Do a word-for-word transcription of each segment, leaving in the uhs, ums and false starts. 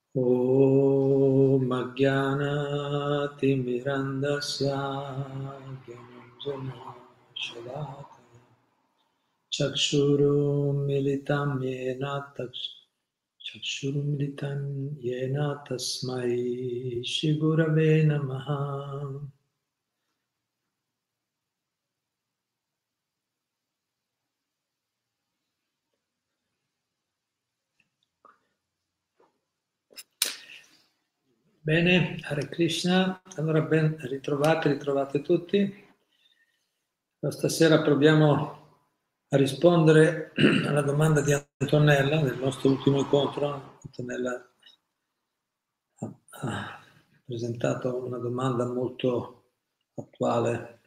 Om Ajnana-timirandasya Gyananjana Shalakaya Chakshurum militam yena Chakshurum militam yena tasmai Shri Gurave Namaha. Bene, Hare Krishna, allora ben ritrovati, ritrovate tutti. Stasera proviamo a rispondere alla domanda di Antonella nel nostro ultimo incontro. Antonella ha, ha presentato una domanda molto attuale,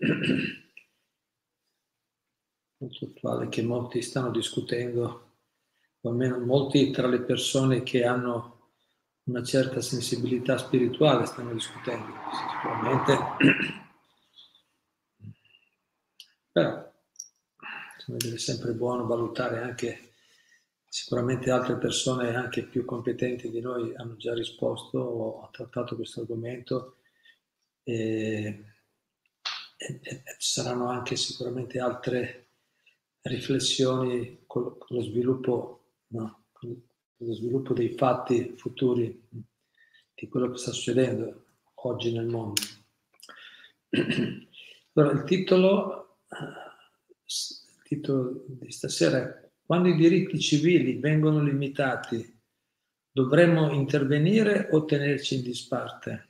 molto attuale che molti stanno discutendo, o almeno molti tra le persone che hanno una certa sensibilità spirituale stanno discutendo, sicuramente. Però è sempre buono valutare anche, sicuramente altre persone anche più competenti di noi hanno già risposto o trattato questo argomento e, e, e ci saranno anche sicuramente altre riflessioni con, con lo sviluppo, no, con lo sviluppo dei fatti futuri di quello che sta succedendo oggi nel mondo. Allora, il titolo, il titolo di stasera è: quando i diritti civili vengono limitati, dovremmo intervenire o tenerci in disparte?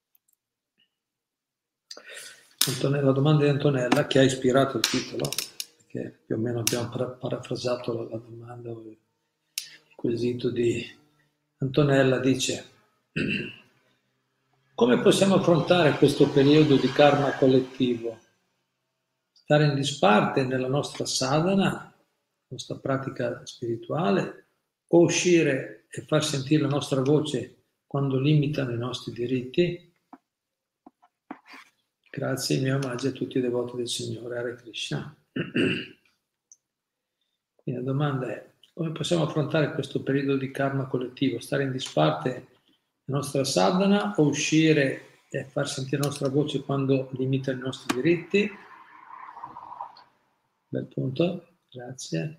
Antonella, la domanda di Antonella, che ha ispirato il titolo, perché più o meno abbiamo parafrasato la, la domanda, il quesito di Antonella, dice: come possiamo affrontare questo periodo di karma collettivo? Stare in disparte nella nostra sadhana, nostra pratica spirituale, o uscire e far sentire la nostra voce quando limitano i nostri diritti? Grazie, i miei omaggi a tutti i devoti del Signore, Hare Krishna. Quindi la domanda è: come possiamo affrontare questo periodo di karma collettivo? Stare in disparte nella nostra sadhana o uscire e far sentire la nostra voce quando limitano i nostri diritti? Bel punto, grazie.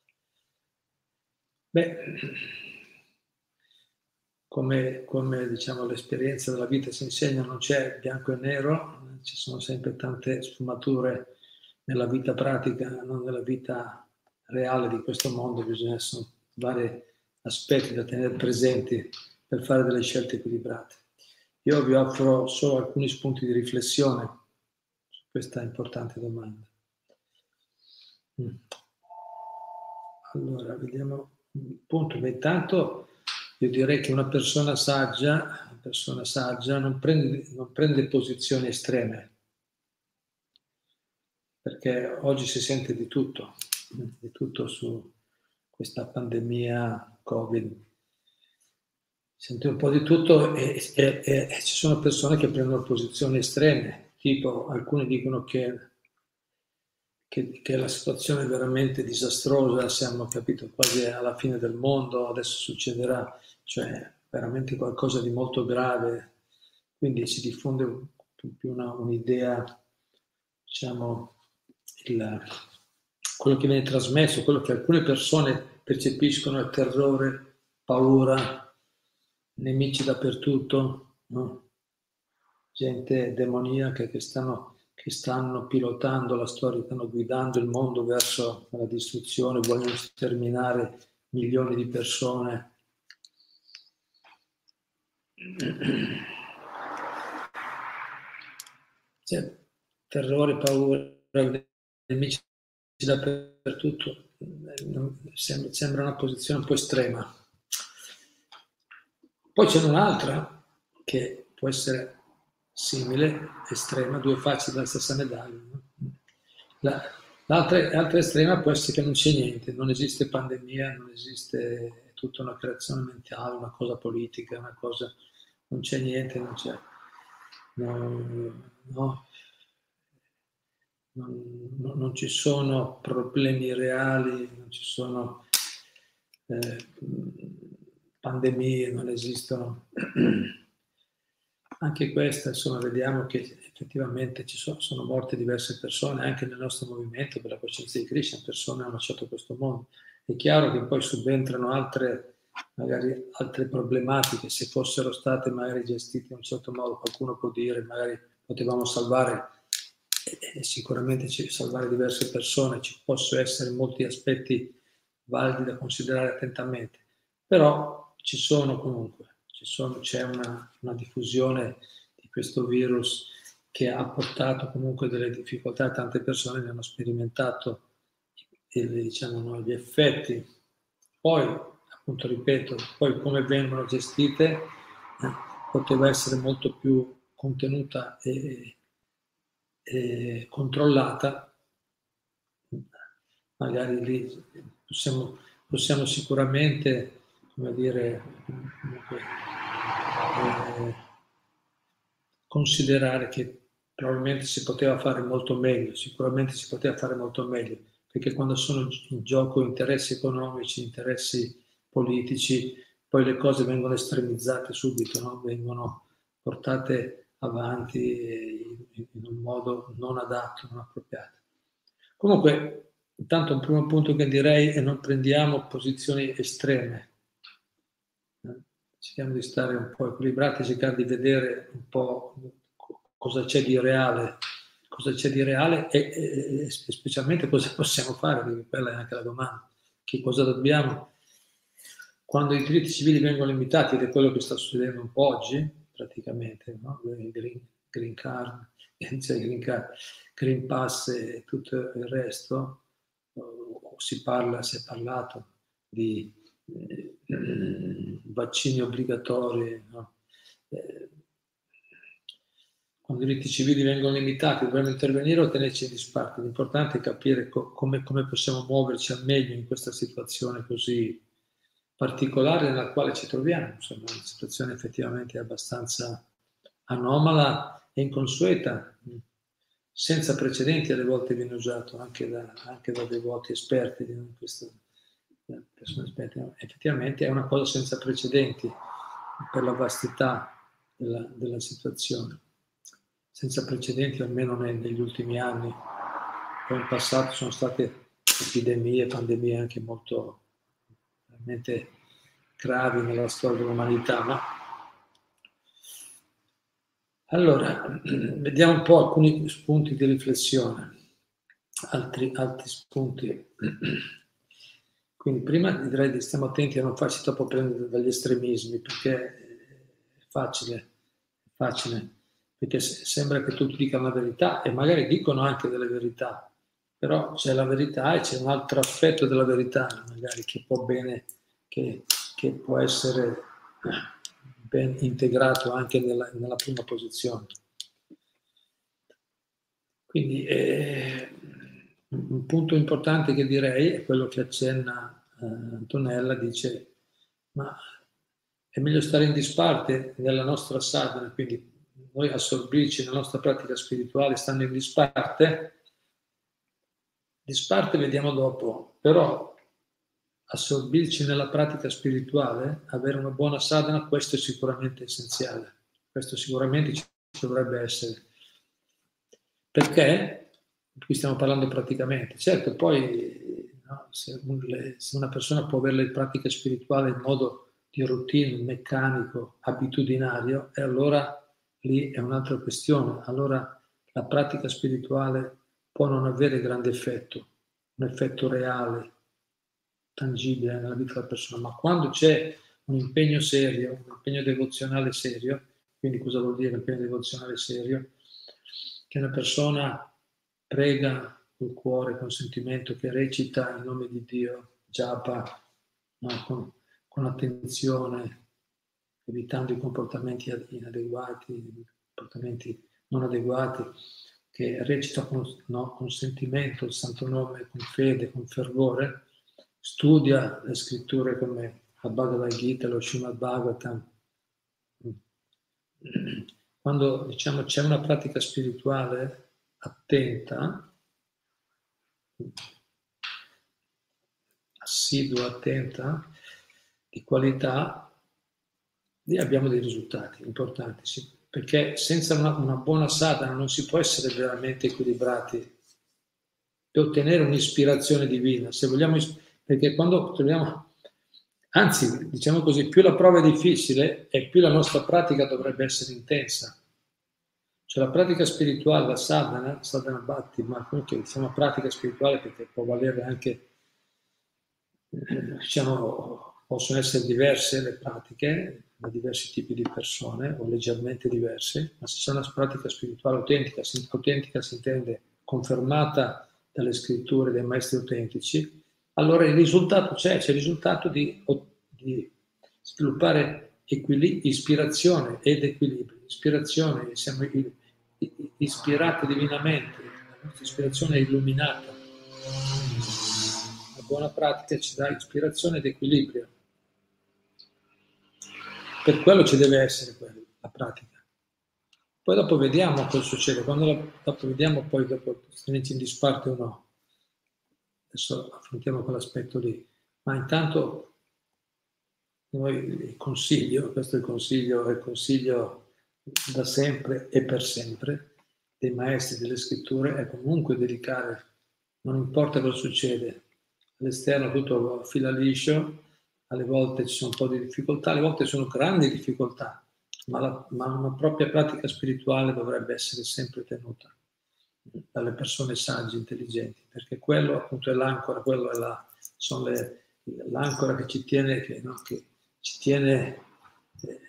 Beh, come, come diciamo l'esperienza della vita ci insegna, non c'è bianco e nero, ci sono sempre tante sfumature nella vita pratica, non nella vita reale di questo mondo, bisogna sono vari aspetti da tenere presenti per fare delle scelte equilibrate. Io vi offro solo alcuni spunti di riflessione su questa importante domanda. Mm. Allora, vediamo il punto. Beh, intanto io direi che una persona saggia, una persona saggia non prende, non prende posizioni estreme, perché oggi si sente di tutto, di tutto su questa pandemia Covid. Si sente un po' di tutto e, e, e, e ci sono persone che prendono posizioni estreme, tipo alcuni dicono che Che, che la situazione è veramente disastrosa, siamo capito quasi alla fine del mondo, adesso succederà, cioè veramente qualcosa di molto grave, quindi si diffonde più una, un'idea, diciamo, il, quello che viene trasmesso, quello che alcune persone percepiscono è terrore, paura, nemici dappertutto, no? Gente demoniaca che stanno che stanno pilotando la storia, stanno guidando il mondo verso la distruzione, vogliono sterminare milioni di persone. C'è terrore, paura, nemici dappertutto, sembra, sembra una posizione un po' estrema. Poi c'è un'altra che può essere simile, estrema, due facce della stessa medaglia. La, l'altra, l'altra estrema può essere che non c'è niente, non esiste pandemia, non esiste, è tutta una creazione mentale, una cosa politica, una cosa, non c'è niente, non c'è, no, no, non, non ci sono problemi reali, non ci sono eh, pandemie, non esistono. Anche questa, insomma, vediamo che effettivamente ci sono, sono morte diverse persone, anche nel nostro movimento per la coscienza di Krishna, persone hanno lasciato questo mondo. È chiaro che poi subentrano altre, magari altre problematiche, se fossero state magari gestite in un certo modo, qualcuno può dire magari potevamo salvare, e sicuramente salvare diverse persone, ci possono essere molti aspetti validi da considerare attentamente, però ci sono comunque. C'è una, una diffusione di questo virus che ha portato comunque delle difficoltà e tante persone ne hanno sperimentato il, diciamo, no, gli effetti. Poi, appunto, ripeto, poi come vengono gestite eh, poteva essere molto più contenuta e, e controllata. Magari lì possiamo, possiamo sicuramente, come dire, comunque, eh, considerare che probabilmente si poteva fare molto meglio, sicuramente si poteva fare molto meglio, perché quando sono in gioco interessi economici, interessi politici, poi le cose vengono estremizzate subito, no? Vengono portate avanti in un modo non adatto, non appropriato. Comunque, intanto un primo punto che direi è non prendiamo posizioni estreme. Cerchiamo di stare un po' equilibrati, cercare di vedere un po' cosa c'è di reale, cosa c'è di reale e, e, e specialmente cosa possiamo fare, perché quella è anche la domanda. Che cosa dobbiamo? Quando i diritti civili vengono limitati, ed è quello che sta succedendo un po' oggi, praticamente, no? il green, green card, cioè green card, green pass e tutto il resto, o si parla, si è parlato di eh, vaccini obbligatori, no? eh, quando i diritti civili vengono limitati dovremmo intervenire o tenerci in disparte. L'importante è capire co- come, come possiamo muoverci al meglio in questa situazione così particolare nella quale ci troviamo. Insomma, una situazione effettivamente abbastanza anomala e inconsueta, senza precedenti, alle volte viene usato anche da, anche da devoti esperti di questo, persone esperte. Effettivamente è una cosa senza precedenti per la vastità della, della situazione, senza precedenti almeno negli ultimi anni. Poi in passato sono state epidemie, pandemie anche molto veramente gravi nella storia dell'umanità, ma allora vediamo un po' alcuni spunti di riflessione, altri, altri spunti. Quindi prima direi di stiamo attenti a non farci troppo prendere dagli estremismi, perché è facile, è facile, perché sembra che tutti dicano la verità e magari dicono anche delle verità, però c'è la verità e c'è un altro aspetto della verità, magari che può bene, che, che può essere ben integrato anche nella, nella prima posizione. Quindi eh, un punto importante che direi è quello che accenna eh, Antonella, dice ma è meglio stare in disparte nella nostra sadhana, quindi noi assorbirci nella nostra pratica spirituale stando in disparte. Disparte vediamo dopo, però assorbirci nella pratica spirituale, avere una buona sadhana, questo è sicuramente essenziale, questo sicuramente ci dovrebbe essere. Perché? Qui stiamo parlando praticamente. Certo, poi no, se, un, se una persona può avere le pratiche spirituali in modo di routine, meccanico, abitudinario, e allora lì è un'altra questione. Allora la pratica spirituale può non avere grande effetto, un effetto reale, tangibile nella vita della persona, ma quando c'è un impegno serio, un impegno devozionale serio, quindi cosa vuol dire un impegno devozionale serio? Che una persona prega col cuore, con sentimento, che recita il nome di Dio, japa, no, con, con attenzione, evitando i comportamenti inadeguati, i comportamenti non adeguati, che recita con, no, con sentimento il santo nome, con fede, con fervore, studia le scritture come la Bhagavad Gita, lo Srimad Bhagavatam. Quando diciamo c'è una pratica spirituale attenta, assidua, attenta, di qualità, lì abbiamo dei risultati importanti, sì, perché senza una, una buona sadhana non si può essere veramente equilibrati e ottenere un'ispirazione divina. Se vogliamo, perché quando troviamo, anzi, diciamo così, più la prova è difficile e più la nostra pratica dovrebbe essere intensa. Cioè la pratica spirituale, la sadhana, sadhana bhakti, ma comunque diciamo pratica spirituale perché può valere anche, eh, diciamo, possono essere diverse le pratiche da diversi tipi di persone o leggermente diverse, ma se c'è una pratica spirituale autentica, autentica si intende confermata dalle scritture dei maestri autentici, allora il risultato c'è, c'è il risultato di, di sviluppare ispirazione ed equilibrio. Ispirazione, siamo ispirati divinamente, la nostra ispirazione è illuminata. La buona pratica ci dà ispirazione ed equilibrio. Per quello ci deve essere quello, la pratica. Poi dopo vediamo cosa succede, quando la, dopo vediamo poi dopo se ne ci in disparte o no. Adesso affrontiamo quell'aspetto lì. Ma intanto noi il consiglio, questo è il consiglio, è il consiglio da sempre e per sempre dei maestri delle scritture, è comunque dedicare, non importa cosa succede, all'esterno tutto fila liscio, alle volte ci sono un po' di difficoltà, alle volte sono grandi difficoltà, ma, la, ma una propria pratica spirituale dovrebbe essere sempre tenuta dalle persone sagge, intelligenti, perché quello appunto è l'ancora, quello è la, sono le, l'ancora che ci tiene, che, no, che ci tiene eh,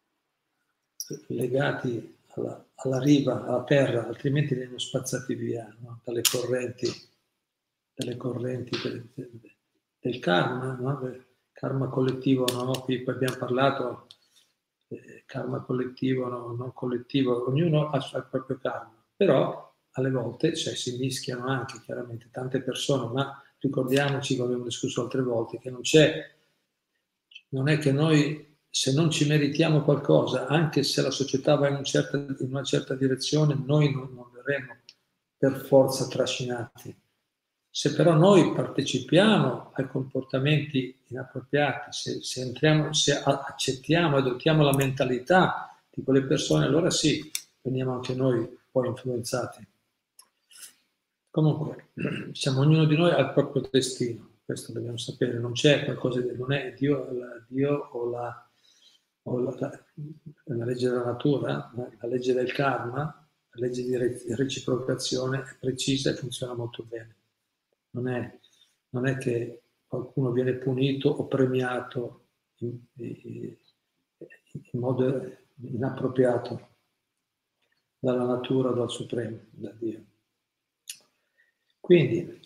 legati alla, alla riva, alla terra, altrimenti veniamo spazzati via, no, dalle correnti, dalle correnti del, del, del karma, no, del karma collettivo, no, qui poi abbiamo parlato, eh, karma collettivo, no, non collettivo, ognuno ha il proprio karma, però alle volte cioè, si mischiano anche chiaramente tante persone, ma ricordiamoci, come abbiamo discusso altre volte, che non c'è, non è che noi, se non ci meritiamo qualcosa, anche se la società va in, un certa, in una certa direzione, noi non, non verremo per forza trascinati. Se però noi partecipiamo ai comportamenti inappropriati, se, se, entriamo, se accettiamo e adottiamo la mentalità di quelle persone, allora sì, veniamo anche noi poi influenzati. Comunque, diciamo, ognuno di noi ha il proprio destino, questo dobbiamo sapere, non c'è qualcosa di, non è Dio, la, Dio o, la, o la, la, la legge della natura, la legge del karma, la legge di reciprocazione è precisa e funziona molto bene. Non è, non è che qualcuno viene punito o premiato in, in, in modo inappropriato dalla natura o dal Supremo, da Dio. Quindi,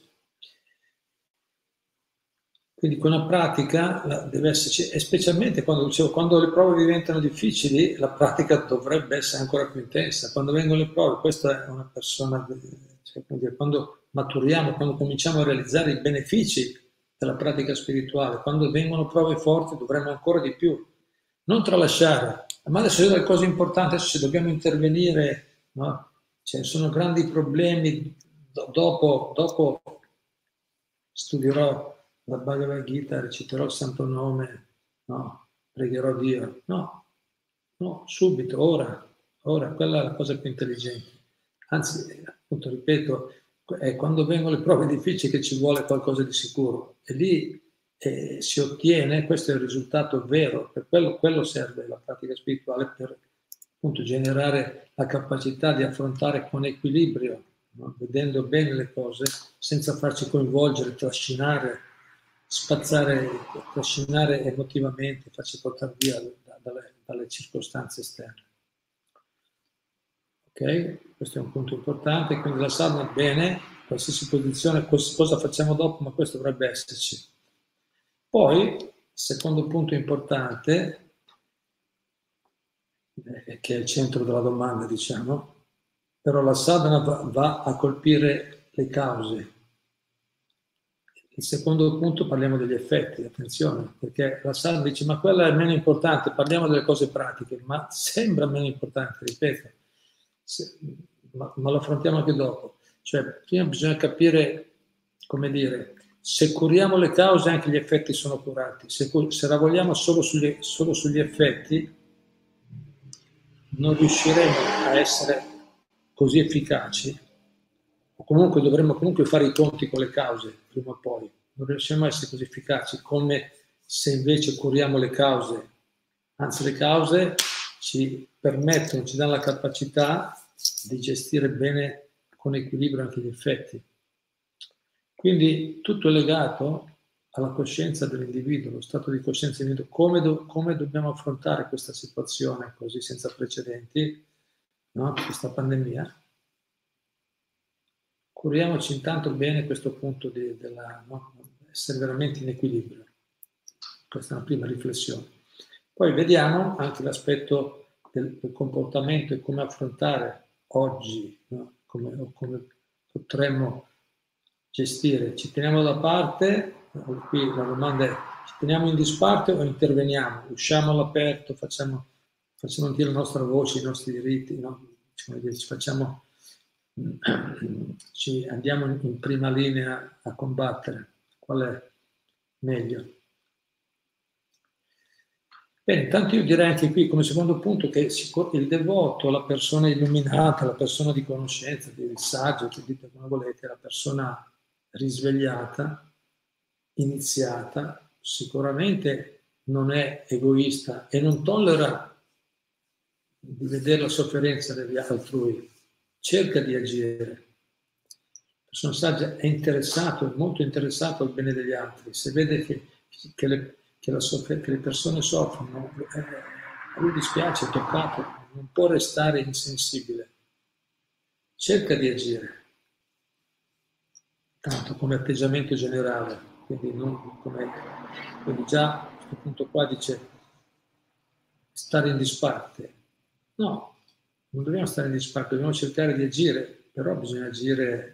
quindi con la pratica deve esserci, e specialmente quando, dicevo, quando le prove diventano difficili, la pratica dovrebbe essere ancora più intensa. Quando vengono le prove, questa è una persona, cioè, quando maturiamo, quando cominciamo a realizzare i benefici della pratica spirituale, quando vengono prove forti dovremmo ancora di più, non tralasciare. Ma adesso è una cosa importante, adesso se dobbiamo intervenire, no? Cioè, sono grandi problemi, dopo, dopo studierò la Bhagavad Gita, reciterò il Santo Nome, no? Pregherò Dio. No, no, subito, ora, ora, quella è la cosa più intelligente. Anzi, appunto, ripeto, è quando vengono le prove difficili che ci vuole qualcosa di sicuro. E lì eh, si ottiene, questo è il risultato vero, per quello, quello serve la pratica spirituale per appunto generare la capacità di affrontare con equilibrio, no? Vedendo bene le cose, senza farci coinvolgere, trascinare, spazzare, trascinare emotivamente, farci portare via dalle, dalle circostanze esterne. Ok? Questo è un punto importante, quindi la sadhana bene, qualsiasi posizione, cosa facciamo dopo, ma questo dovrebbe esserci. Poi, secondo punto importante, eh, che è il centro della domanda, diciamo, però la sadhana va, va a colpire le cause. Il secondo punto parliamo degli effetti, attenzione, perché la sadhana dice ma quella è meno importante, parliamo delle cose pratiche, ma sembra meno importante, ripeto, se, ma, ma lo affrontiamo anche dopo. Cioè, prima bisogna capire, come dire, se curiamo le cause anche gli effetti sono curati, se, se lavoriamo solo sugli, solo sugli effetti, non riusciremo a essere così efficaci, o comunque dovremmo comunque fare i conti con le cause, prima o poi. Non riusciamo a essere così efficaci come se invece curiamo le cause. Anzi, le cause ci permettono, ci danno la capacità di gestire bene con equilibrio anche gli effetti. Quindi tutto è legato alla coscienza dell'individuo, lo stato di coscienza dell'individuo, come, do, come dobbiamo affrontare questa situazione così senza precedenti, no? Questa pandemia. Curiamoci intanto bene questo punto di della, no? essere veramente in equilibrio. Questa è una prima riflessione. Poi vediamo anche l'aspetto del, del comportamento e come affrontare oggi, no? come, come potremmo gestire. Ci teniamo da parte, qui la domanda è: ci teniamo in disparte o interveniamo? Usciamo all'aperto, facciamo, facciamo dire la nostra voce, i nostri diritti, no? Ci facciamo, ci andiamo in prima linea a combattere. Qual è meglio? Bene, intanto io direi anche qui come secondo punto che il devoto, la persona illuminata, la persona di conoscenza, il saggio, che dite come volete, la persona risvegliata, iniziata, sicuramente non è egoista e non tollera di vedere la sofferenza degli altrui, cerca di agire. La persona saggia è interessato, è molto interessato al bene degli altri. Se vede che, che, le, che, la soffer- che le persone soffrono, eh, a lui dispiace, è toccato, non può restare insensibile. Cerca di agire, tanto come atteggiamento generale, quindi, non come, quindi già a questo punto qua dice stare in disparte. No, non dobbiamo stare in disparte, dobbiamo cercare di agire, però bisogna agire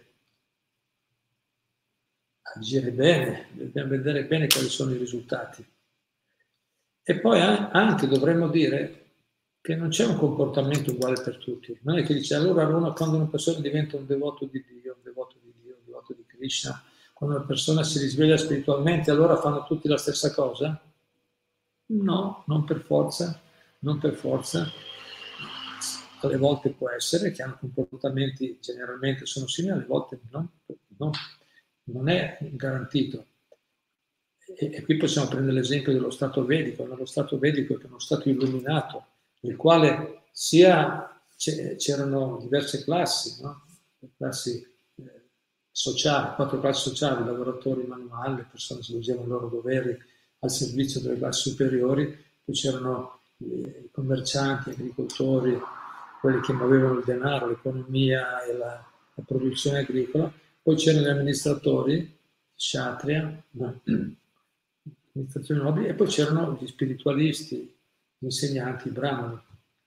agire bene, dobbiamo vedere bene quali sono i risultati. E poi anche dovremmo dire che non c'è un comportamento uguale per tutti. Non è che dice allora una, quando una persona diventa un devoto di Dio, un devoto di Dio, un devoto di Krishna, quando una persona si risveglia spiritualmente, allora fanno tutti la stessa cosa? No, non per forza, non per forza. Alle volte può essere che hanno comportamenti generalmente sono simili, alle volte no, no, non è garantito. E, e qui possiamo prendere l'esempio dello Stato vedico. Nello Stato vedico, che è uno Stato illuminato, nel quale sia c'erano diverse classi, no? classi eh, sociali, quattro classi sociali, lavoratori manuali, le persone che svolgevano i loro doveri al servizio delle classi superiori, poi c'erano i commercianti, agricoltori, quelli che muovevano il denaro, l'economia e la, la produzione agricola, poi c'erano gli amministratori, kshatriya, no? amministrazioni nobili, e poi c'erano gli spiritualisti, gli insegnanti, i brahmani.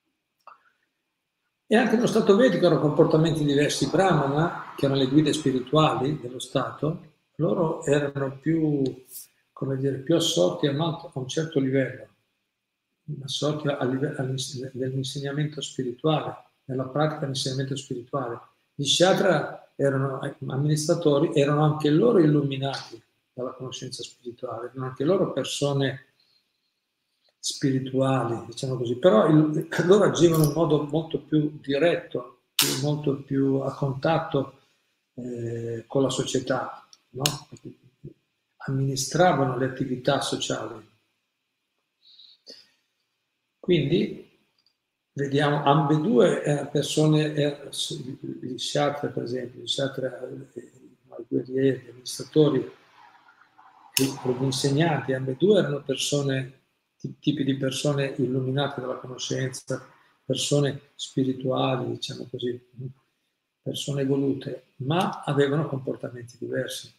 E anche nello Stato vedico erano comportamenti diversi. I brahmana, che erano le guide spirituali dello Stato, loro erano più, come dire, più assorti a un certo livello, assorti all'insegnamento spirituale, nella pratica dell'insegnamento spirituale. Gli kshatriya erano amministratori, erano anche loro illuminati dalla conoscenza spirituale, erano anche loro persone spirituali, diciamo così, però il, loro agivano in modo molto più diretto, più, molto più a contatto eh, con la società, no? Amministravano le attività sociali. Quindi vediamo ambedue eh, persone, eh, gli kshatriya per esempio, gli kshatriya, eh, i guerrieri, gli amministratori, gli insegnanti, ambedue erano persone, tipi di persone illuminate dalla conoscenza, persone spirituali, diciamo così, persone evolute, ma avevano comportamenti diversi.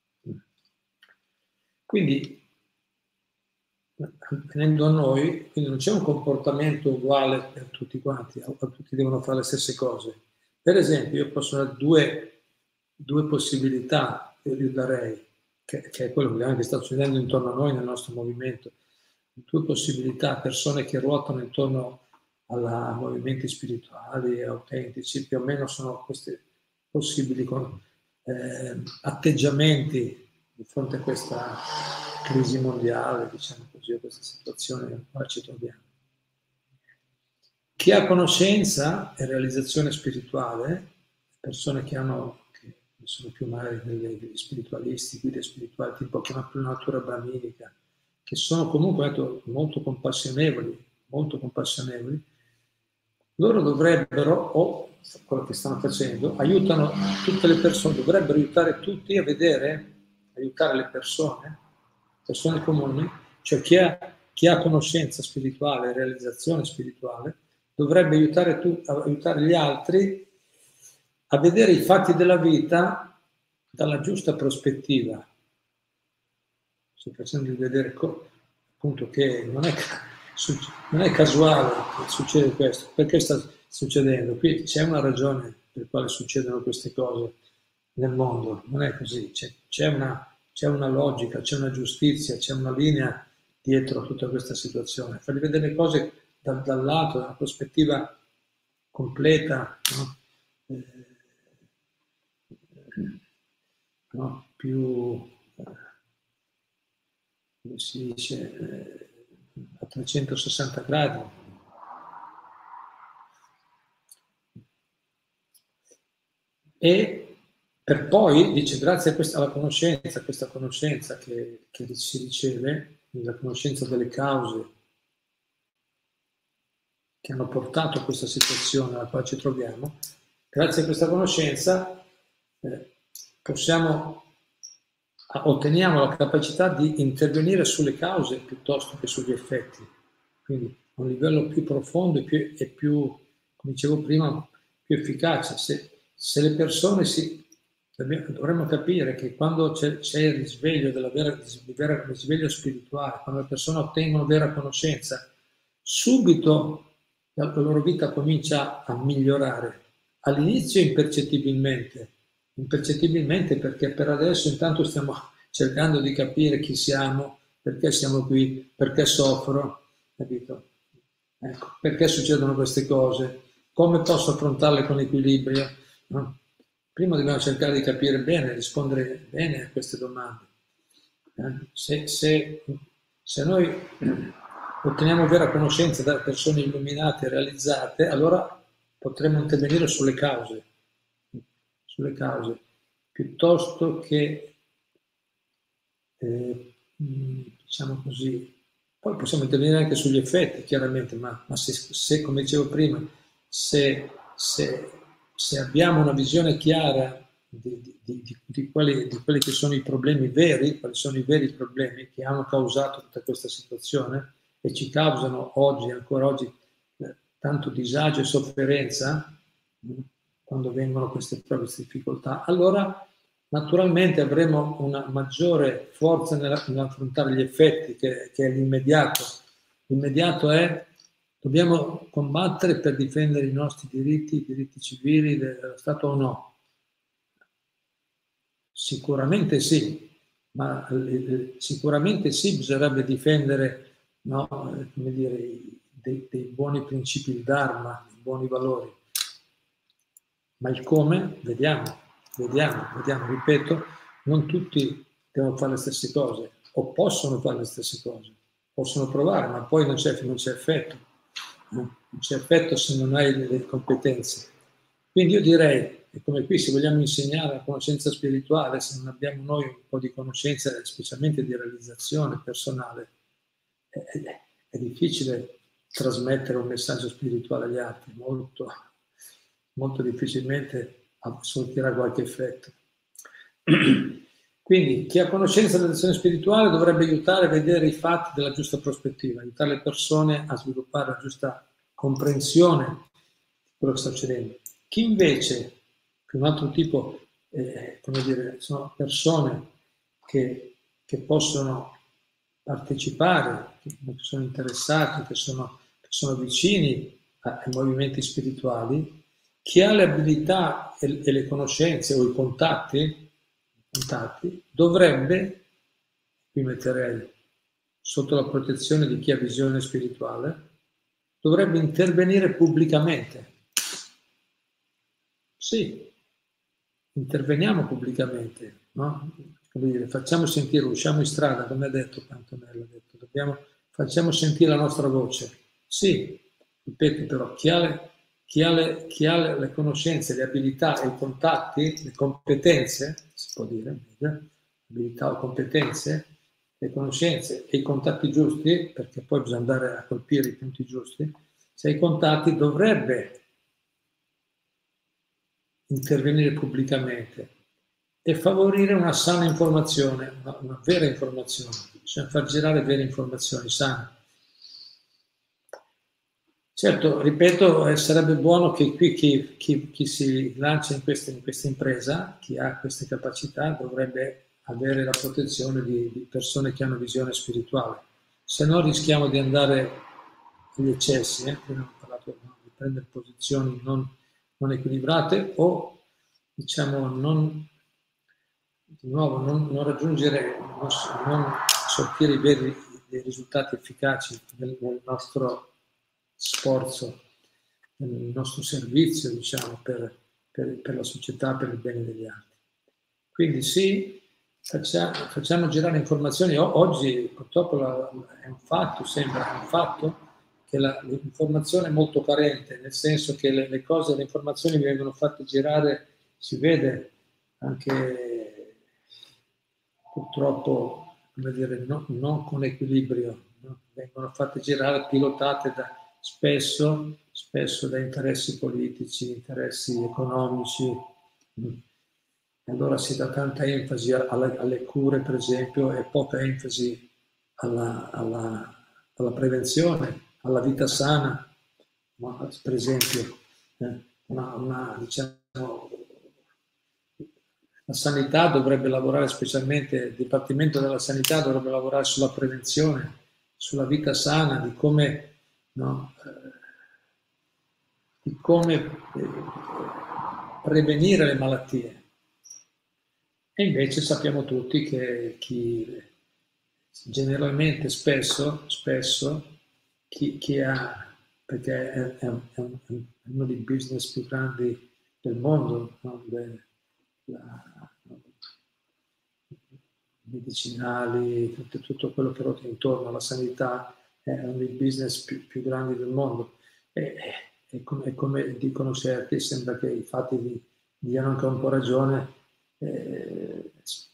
Quindi, venendo a noi, quindi non c'è un comportamento uguale per tutti quanti, a tutti devono fare le stesse cose. Per esempio, io posso dare due, due possibilità, io darei, che, che è quello che sta succedendo intorno a noi nel nostro movimento. Due possibilità: persone che ruotano intorno alla, a movimenti spirituali e autentici, più o meno sono questi possibili con, eh, atteggiamenti di fronte a questa crisi mondiale, diciamo così, a questa situazione nella quale ci troviamo, Chi ha conoscenza e realizzazione spirituale, persone che hanno, che sono più magari degli spiritualisti, guide spirituali, tipo che hanno più natura brahminica, che sono comunque detto, molto compassionevoli, molto compassionevoli, loro dovrebbero, o quello che stanno facendo, aiutano tutte le persone, dovrebbero aiutare tutti a vedere, aiutare le persone, persone comuni, cioè chi ha, chi ha conoscenza spirituale, realizzazione spirituale, dovrebbe aiutare, tu, aiutare gli altri a vedere i fatti della vita dalla giusta prospettiva. Sto facendo vedere appunto che non è, non è casuale che succede questo. Perché sta succedendo? Qui c'è una ragione per quale succedono queste cose nel mondo, non è così, c'è una, c'è una logica, c'è una giustizia, c'è una linea dietro a tutta questa situazione. Fargli vedere le cose da, dal lato, da una prospettiva completa, no? Eh, no? Più, come si dice, eh, a trecentosessanta gradi. E per poi, dice, grazie a questa alla conoscenza, a questa conoscenza che, che si riceve, la conoscenza delle cause che hanno portato a questa situazione alla quale ci troviamo, grazie a questa conoscenza eh, possiamo, otteniamo la capacità di intervenire sulle cause piuttosto che sugli effetti. Quindi a un livello più profondo e più, e più come dicevo prima, più efficace. Se, se le persone si... Dovremmo capire che quando c'è, c'è il risveglio della vera, il risveglio spirituale, quando le persone ottengono vera conoscenza, subito la loro vita comincia a migliorare. All'inizio impercettibilmente, impercettibilmente perché per adesso intanto stiamo cercando di capire chi siamo, perché siamo qui, perché soffro, capito? Ecco, perché succedono queste cose, come posso affrontarle con equilibrio, no? Prima dobbiamo cercare di capire bene, rispondere bene a queste domande. Eh? Se, se, se noi otteniamo vera conoscenza da persone illuminate e realizzate, allora potremo intervenire sulle cause, sulle cause, piuttosto che, eh, diciamo così, poi possiamo intervenire anche sugli effetti, chiaramente, ma, ma se, se, come dicevo prima, se, se, se abbiamo una visione chiara di, di, di, di, quelli, di quelli che sono i problemi veri, quali sono i veri problemi che hanno causato tutta questa situazione e ci causano oggi, ancora oggi, eh, tanto disagio e sofferenza, quando vengono queste, queste difficoltà, allora naturalmente avremo una maggiore forza nell'affrontare gli effetti, che, che è l'immediato. L'immediato è, dobbiamo combattere per difendere i nostri diritti, i diritti civili dello Stato o no? Sicuramente sì, ma eh, sicuramente sì, bisognerebbe difendere, no, come dire, dei, dei buoni principi, il Dharma, dei buoni valori. Ma il come, vediamo. Vediamo, vediamo, ripeto, non tutti devono fare le stesse cose o possono fare le stesse cose, possono provare, ma poi non c'è, non c'è effetto, non c'è effetto se non hai le competenze. Quindi io direi che come qui se vogliamo insegnare la conoscenza spirituale, se non abbiamo noi un po' di conoscenza, specialmente di realizzazione personale, è, è difficile trasmettere un messaggio spirituale agli altri, molto, molto difficilmente sortirà qualche effetto. Quindi chi ha conoscenza dell'azione spirituale dovrebbe aiutare a vedere i fatti dalla giusta prospettiva, aiutare le persone a sviluppare la giusta comprensione di quello che sta succedendo. Chi invece, che un altro tipo, eh, come dire, sono persone che, che possono partecipare, che sono interessati, che sono, che sono vicini ai movimenti spirituali. Chi ha le abilità e le conoscenze o i contatti, contatti dovrebbe, qui metterei sotto la protezione di chi ha visione spirituale, dovrebbe intervenire pubblicamente. Sì, interveniamo pubblicamente, no? Come dire, facciamo sentire, usciamo in strada, come ha detto Cantonella, ha detto, dobbiamo, facciamo sentire la nostra voce. Sì, ripeto però, chi ha le, chi ha le, chi ha le, le conoscenze, le abilità e i contatti, le competenze, si può dire, abilità o competenze, le conoscenze e i contatti giusti, perché poi bisogna andare a colpire i punti giusti, se hai contatti dovrebbe intervenire pubblicamente e favorire una sana informazione, una, una vera informazione, bisogna far girare vere informazioni sane. Certo, ripeto, eh, sarebbe buono che qui chi, chi, chi si lancia in questa, in questa impresa, chi ha queste capacità, dovrebbe avere la protezione di, di persone che hanno visione spirituale, se no rischiamo di andare agli eccessi, eh? Prima ho parlato no, di prendere posizioni non, non equilibrate o diciamo non, di nuovo, non, non raggiungere, non, non sortire i veri dei risultati efficaci nel, nel nostro sforzo, nel nostro servizio, diciamo, per, per, per la società, per il bene degli altri. Quindi sì, facciamo, facciamo girare informazioni. Oggi purtroppo la, è un fatto, sembra un fatto, che la, l'informazione è molto carente, nel senso che le, le cose, le informazioni vengono fatte girare, si vede anche purtroppo, come dire, no, non con equilibrio, no? Vengono fatte girare, pilotate da, spesso, spesso da interessi politici, interessi economici. Allora si dà tanta enfasi alle, alle cure, per esempio, e poca enfasi alla, alla, alla prevenzione, alla vita sana, no? Per esempio, eh, una, una, diciamo, la sanità dovrebbe lavorare specialmente, il Dipartimento della Sanità dovrebbe lavorare sulla prevenzione, sulla vita sana, di come, no, eh, di come eh, prevenire le malattie. E invece sappiamo tutti che chi generalmente spesso, spesso chi, chi ha, perché è, è, un, è uno dei business più grandi del mondo, no? De, la, medicinali, tutto, tutto quello che ruota intorno alla sanità, è uno dei business più, più grandi del mondo. E, e, come, e come dicono certi, sembra che i fatti vi diano anche un po' ragione. Eh,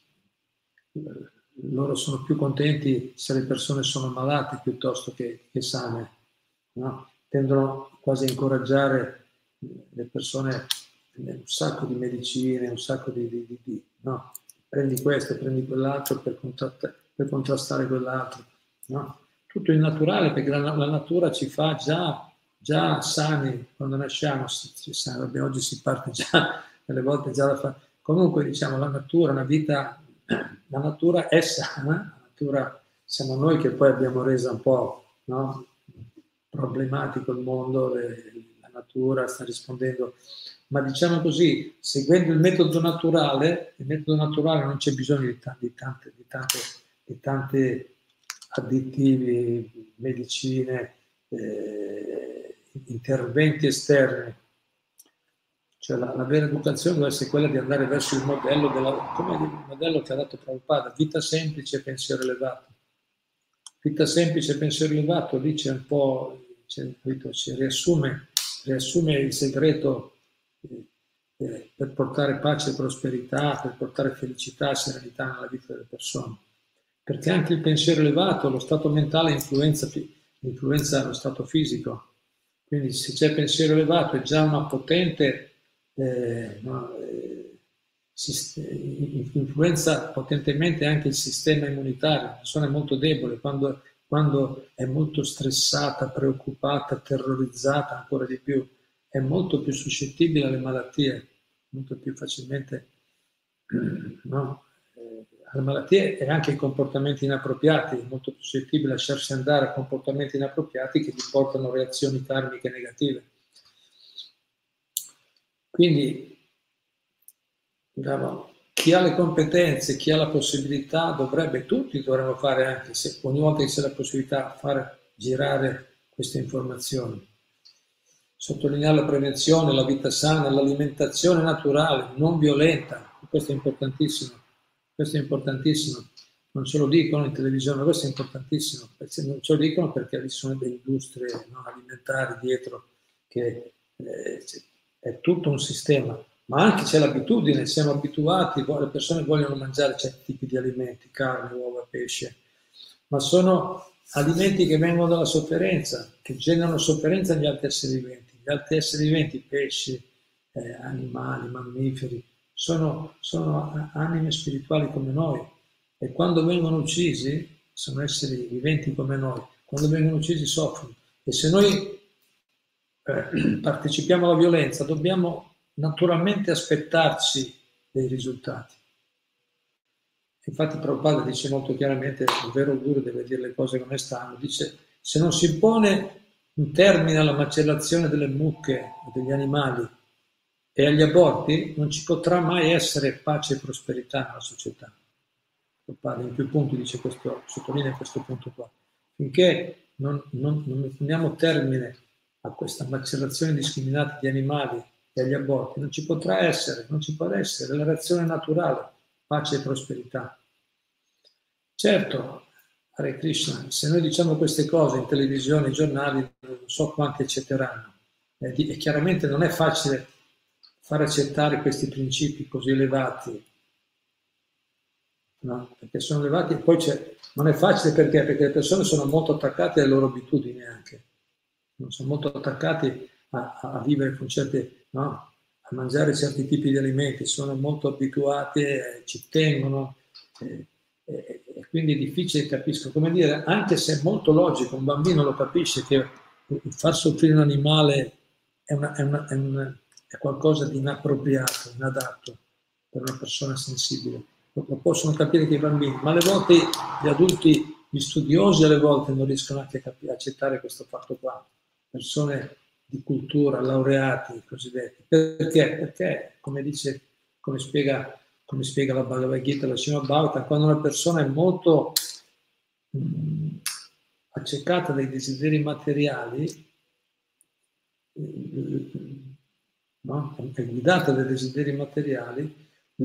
loro sono più contenti se le persone sono malate piuttosto che, che sane, no? Tendono quasi a incoraggiare le persone, un sacco di medicine, un sacco di, di, di, di no? Prendi questo, prendi quell'altro per, per contrastare quell'altro, no? Tutto il naturale, perché la, la natura ci fa già, già sani quando nasciamo, si, si sa, vabbè, oggi si parte già, delle volte già da fare. Comunque diciamo la natura, una vita, la natura è sana, la natura siamo noi che poi abbiamo reso un po', no, problematico il mondo, le, la natura sta rispondendo, ma diciamo così, seguendo il metodo naturale, il metodo naturale non c'è bisogno di, t- di tante, di tante, di tante additivi, medicine, eh, interventi esterni. Cioè la, la vera educazione deve essere quella di andare verso il modello, della, come il modello che ha dato Prabhupada, vita semplice, pensiero elevato. Vita semplice, pensiero elevato, lì c'è un po', c'è, si riassume, riassume il segreto eh, per portare pace e prosperità, per portare felicità e serenità nella vita delle persone. Perché anche il pensiero elevato, lo stato mentale influenza, influenza lo stato fisico. Quindi se c'è pensiero elevato è già una potente Eh, no, eh, influenza potentemente anche il sistema immunitario. La persona è molto debole quando, quando è molto stressata, preoccupata, terrorizzata ancora di più, è molto più suscettibile alle malattie, molto più facilmente no? eh, alle malattie e anche ai comportamenti inappropriati, è molto più suscettibile a lasciarsi andare a comportamenti inappropriati che gli portano reazioni karmiche negative. Quindi, diciamo, chi ha le competenze, chi ha la possibilità, dovrebbe, tutti dovremmo fare anche, se, ogni volta che c'è la possibilità, fare girare queste informazioni. Sottolineare la prevenzione, la vita sana, l'alimentazione naturale, non violenta, questo è importantissimo, questo è importantissimo. non ce lo dicono in televisione, questo è importantissimo, non ce lo dicono perché vi sono delle industrie, no, alimentari dietro, che eh, è tutto un sistema, ma anche c'è l'abitudine, siamo abituati, le persone vogliono mangiare certi tipi di alimenti, carne, uova, pesce, ma sono alimenti che vengono dalla sofferenza, che generano sofferenza agli altri esseri viventi. Gli altri esseri viventi, pesci, eh, animali, mammiferi, sono, sono anime spirituali come noi, e quando vengono uccisi, sono esseri viventi come noi, quando vengono uccisi soffrono. E se noi eh, partecipiamo alla violenza, dobbiamo naturalmente aspettarci dei risultati. Infatti Prabhupada dice molto chiaramente, il vero guru deve dire le cose come stanno, dice se non si pone un termine alla macellazione delle mucche o degli animali e agli aborti, non ci potrà mai essere pace e prosperità nella società. Prabhupada in più punti dice questo, sottolinea questo punto qua. Finché non, non, non poniamo termine a questa macellazione indiscriminata di animali e agli aborti, non ci potrà essere, non ci può essere la reazione naturale, pace e prosperità. Certo, Hare Krishna, se noi diciamo queste cose in televisione, in giornali, non so quanti accetteranno. E, e chiaramente non è facile far accettare questi principi così elevati, no? Perché sono elevati e poi c'è, non è facile perché? Perché le persone sono molto attaccate alle loro abitudini anche, non sono molto attaccati a, a vivere con certe, no? A mangiare certi tipi di alimenti, sono molto abituati, eh, ci tengono, eh, eh, e quindi è difficile capisco, come dire, anche se è molto logico, un bambino lo capisce che far soffrire un animale è, una, è, una, è, una, è qualcosa di inappropriato, inadatto per una persona sensibile. Lo possono capire che i bambini, ma alle volte gli adulti, gli studiosi alle volte non riescono anche a accettare questo fatto qua. Persone di cultura, laureati, cosiddetti. Perché? Perché, come dice, come spiega, come spiega la Bhagavad Gita, la Srimad Bhagavatam, quando una persona è molto mh, accecata dai desideri materiali, no? È guidata dai desideri materiali,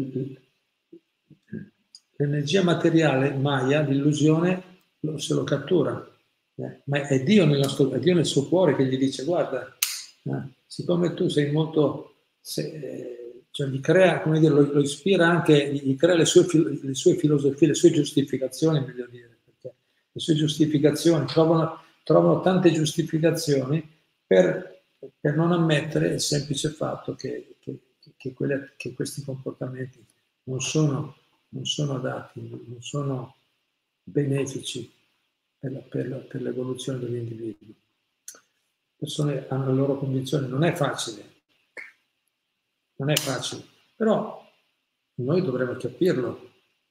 l'energia materiale, Maya, l'illusione, se lo cattura. Eh, ma è Dio, nel nostro, è Dio nel suo cuore che gli dice, guarda, eh, siccome tu sei molto, se, eh, cioè gli crea, come dire, lo, lo ispira anche, gli crea le sue, le sue filosofie, le sue giustificazioni, meglio dire, perché le sue giustificazioni, trovano, trovano tante giustificazioni per, per non ammettere il semplice fatto che, che, che, quelle, che questi comportamenti non sono, non sono adatti, non sono benefici per, la, per, la, per l'evoluzione degli individui. Le persone hanno le loro convinzioni, non è facile, non è facile, però noi dovremmo capirlo,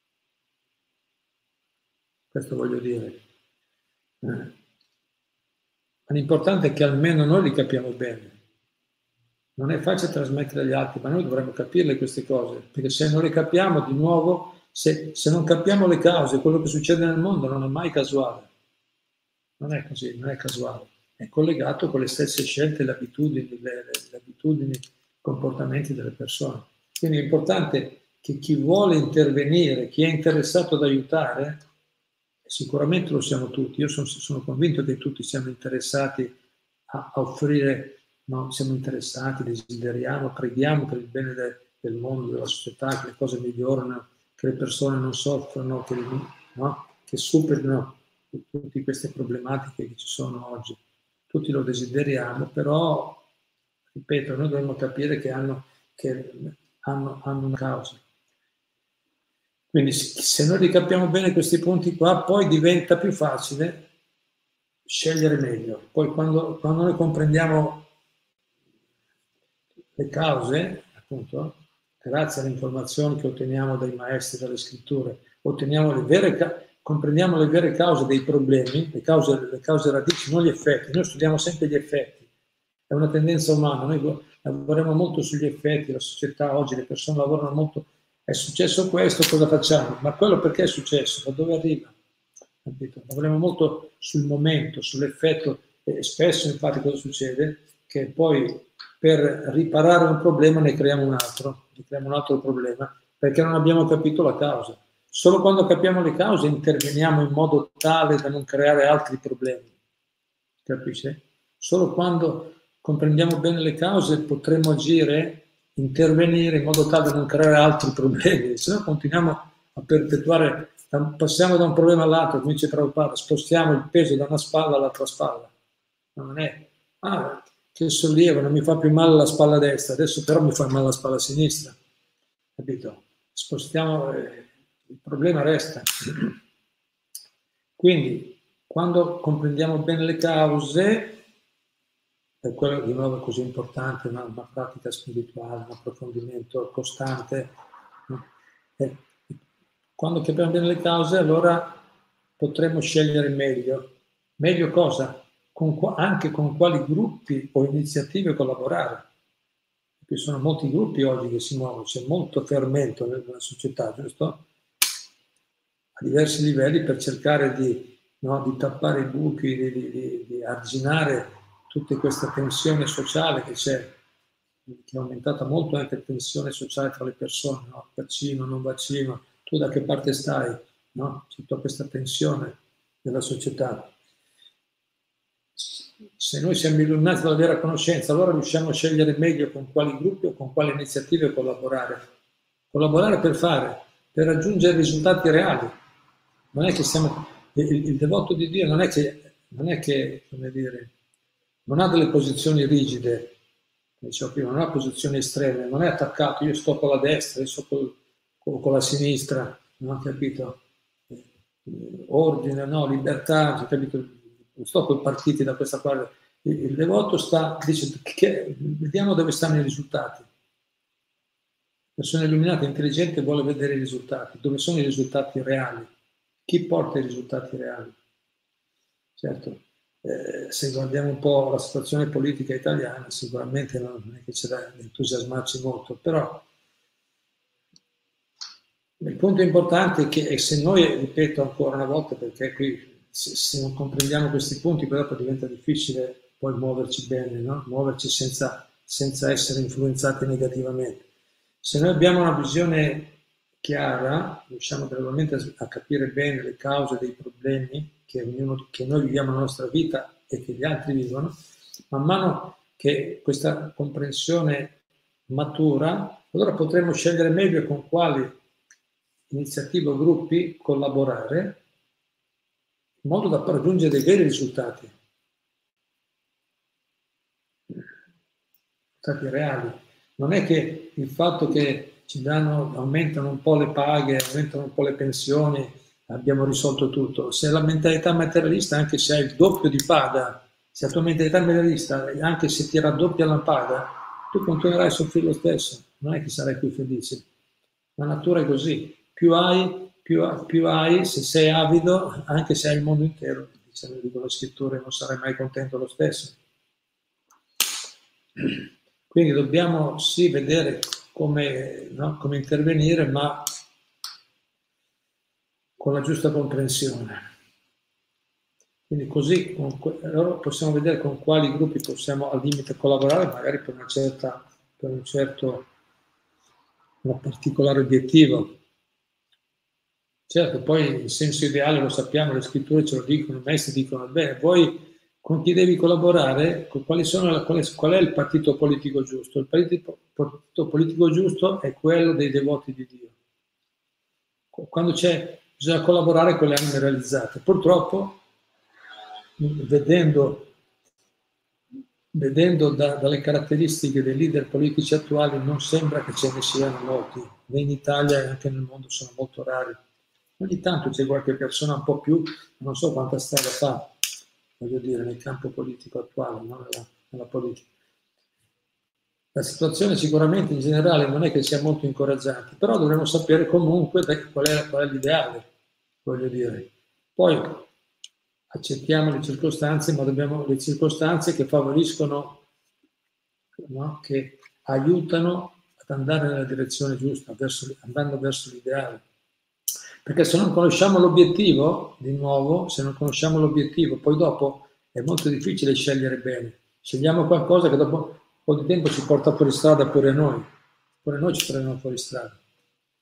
questo voglio dire. Eh. Ma l'importante è che almeno noi li capiamo bene. Non è facile trasmettere agli altri, ma noi dovremmo capirle queste cose, perché se non le capiamo di nuovo, se, se non capiamo le cause, quello che succede nel mondo non è mai casuale. Non è così, non è casuale. È collegato con le stesse scelte, le abitudini, le, le, le abitudini, i comportamenti delle persone. Quindi è importante che chi vuole intervenire, chi è interessato ad aiutare, sicuramente lo siamo tutti, io sono, sono convinto che tutti siamo interessati a, a offrire, no? Siamo interessati, desideriamo, preghiamo per il bene de, del mondo, della società, che le cose migliorino, che le persone non soffrano, che, no? Che superino tutte queste problematiche che ci sono oggi. Tutti lo desideriamo, però, ripeto, noi dobbiamo capire che hanno, che hanno, hanno una causa. Quindi se noi ricapiamo bene questi punti qua, poi diventa più facile scegliere meglio. Poi quando, quando noi comprendiamo le cause, appunto, grazie alle informazioni che otteniamo dai maestri, dalle scritture, otteniamo le vere, comprendiamo le vere cause dei problemi, le cause, le cause radici, non gli effetti. Noi studiamo sempre gli effetti. È una tendenza umana. Noi lavoriamo molto sugli effetti, la società oggi, le persone lavorano molto. È successo questo, cosa facciamo? Ma quello perché è successo? Da dove arriva? Capito? Lavoriamo molto sul momento, sull'effetto, e spesso infatti cosa succede? Che poi per riparare un problema ne creiamo un altro, ne creiamo un altro problema, perché non abbiamo capito la causa. Solo quando capiamo le cause interveniamo in modo tale da non creare altri problemi. Capisci? Solo quando comprendiamo bene le cause potremo agire, intervenire in modo tale da non creare altri problemi, se no continuiamo a perpetuare, passiamo da un problema all'altro, come dice Prabhupada, spostiamo il peso da una spalla all'altra spalla. Non è, ah, che sollievo, non mi fa più male la spalla destra, adesso però mi fa male la spalla sinistra. Capito? Spostiamo, eh, il problema resta. Quindi, quando comprendiamo bene le cause, per quello di nuovo è così importante, una, una pratica spirituale, un approfondimento costante. Eh, quando capiamo bene le cause, allora potremo scegliere meglio. Meglio cosa? Con, anche con quali gruppi o iniziative collaborare. Ci sono molti gruppi oggi che si muovono, c'è molto fermento nella società, giusto? A diversi livelli per cercare di, no, di tappare i buchi, di, di, di, di arginare tutta questa tensione sociale che c'è, che è aumentata molto anche la tensione sociale tra le persone, no? Vaccino, non vaccino, tu da che parte stai? No? C'è tutta questa tensione nella società. Se noi siamo illuminati dalla vera conoscenza, allora riusciamo a scegliere meglio con quali gruppi o con quali iniziative collaborare. Collaborare per fare, per raggiungere risultati reali. Non è che siamo, il, il devoto di Dio non è che, non è che, come dire, non ha delle posizioni rigide, come dicevo prima, non ha posizioni estreme, non è attaccato, io sto con la destra, io sto col, con, con la sinistra, non ho capito? Ordine, no, libertà, ho capito? Non sto con partiti da questa parte. Il, il devoto sta, dice, che, vediamo dove stanno i risultati. La persona illuminata, intelligente, vuole vedere i risultati. Dove sono i risultati reali? Chi porta i risultati reali? Certo, eh, se guardiamo un po' la situazione politica italiana, sicuramente non è che c'è da entusiasmarci molto, però il punto importante è che se noi, ripeto ancora una volta, perché qui se, se non comprendiamo questi punti, poi dopo diventa difficile poi muoverci bene, no? Muoverci senza, senza essere influenzati negativamente. Se noi abbiamo una visione chiara, riusciamo gradualmente a, a capire bene le cause dei problemi che, ognuno, che noi viviamo nella nostra vita e che gli altri vivono, man mano che questa comprensione matura, allora potremo scegliere meglio con quali iniziative o gruppi collaborare in modo da raggiungere dei veri risultati, risultati reali. Non è che il fatto che ci danno, aumentano un po' le paghe, aumentano un po' le pensioni, abbiamo risolto tutto. Se la mentalità materialista, anche se hai il doppio di paga, se la tua mentalità materialista, anche se ti raddoppia la paga, tu continuerai a soffrire lo stesso, non è che sarai più felice. La natura è così, più hai, più, più hai, se sei avido, anche se hai il mondo intero, diciamo, dicono le scritture, non sarai mai contento lo stesso. Quindi dobbiamo sì vedere come, no, come intervenire, ma con la giusta comprensione. Quindi così allora possiamo vedere con quali gruppi possiamo al limite collaborare, magari per una certa, per un certo un particolare obiettivo. Certo, poi il senso ideale lo sappiamo, le scritture ce lo dicono, i maestri dicono, bene, voi con chi devi collaborare, con quali sono, qual, è, qual è il partito politico giusto? Il partito, partito politico giusto è quello dei devoti di Dio. Quando c'è, bisogna collaborare con le anime realizzate. Purtroppo, vedendo, vedendo da, dalle caratteristiche dei leader politici attuali, non sembra che ce ne siano molti, né in Italia e anche nel mondo sono molto rari. Ogni tanto c'è qualche persona un po' più, non so quanta strada fa, voglio dire, nel campo politico attuale, no? nella, nella politica. La situazione sicuramente in generale non è che sia molto incoraggiante, però dovremmo sapere comunque qual è, qual è l'ideale, voglio dire. Poi accettiamo le circostanze, ma dobbiamo le circostanze che favoriscono, no? Che aiutano ad andare nella direzione giusta, verso, andando verso l'ideale. Perché se non conosciamo l'obiettivo, di nuovo, se non conosciamo l'obiettivo, poi dopo è molto difficile scegliere bene. Scegliamo qualcosa che dopo un po' di tempo ci porta fuori strada pure a noi. Pure noi ci prendono fuori strada.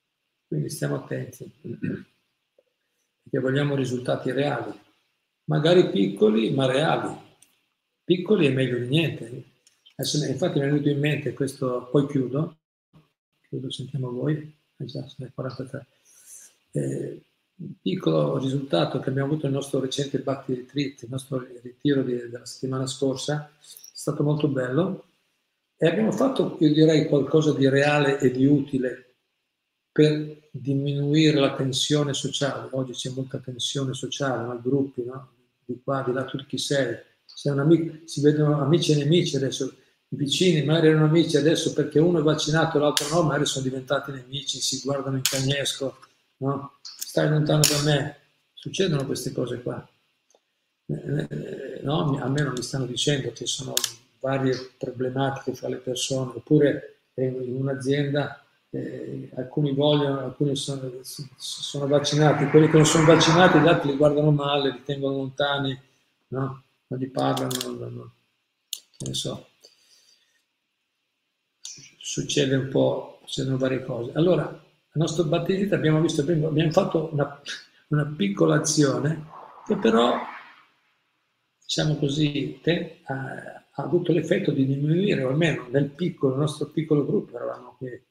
Quindi stiamo attenti, perché vogliamo risultati reali, magari piccoli ma reali. Piccoli è meglio di niente. Adesso, infatti mi è venuto in mente questo, poi chiudo, chiudo, sentiamo voi, è già sono quarantatré. Eh, un piccolo risultato che abbiamo avuto nel nostro recente Bhakti Retreat, il nostro ritiro di, della settimana scorsa, è stato molto bello e abbiamo fatto, io direi, qualcosa di reale e di utile per diminuire la tensione sociale. Oggi c'è molta tensione sociale, no? I gruppi, no? Di qua, di là, tu chi sei? Sei un amico, si vedono amici e nemici adesso, i vicini magari erano amici, adesso perché uno è vaccinato e l'altro no, magari sono diventati nemici, si guardano in cagnesco, no? Stai lontano da me. Succedono queste cose qua. No? A me non mi stanno dicendo che sono varie problematiche fra le persone, oppure in un'azienda eh, alcuni vogliono, alcuni sono, sono vaccinati, quelli che non sono vaccinati gli altri li guardano male, li tengono lontani, no? Non gli parlano, non, non, che ne so. Succede un po', succedono varie cose. Allora, al nostro battesimo abbiamo visto, abbiamo fatto una, una piccola azione che però, diciamo così, te, ha, ha avuto l'effetto di diminuire, o almeno nel piccolo, nel nostro piccolo gruppo, eravamo qui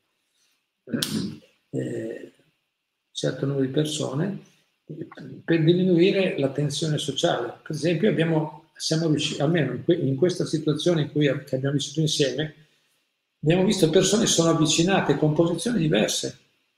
eh, certo numero di persone, per diminuire la tensione sociale. Per esempio abbiamo, siamo riusciti, almeno in, que, in questa situazione in cui che abbiamo vissuto insieme, abbiamo visto persone che sono avvicinate con posizioni diverse,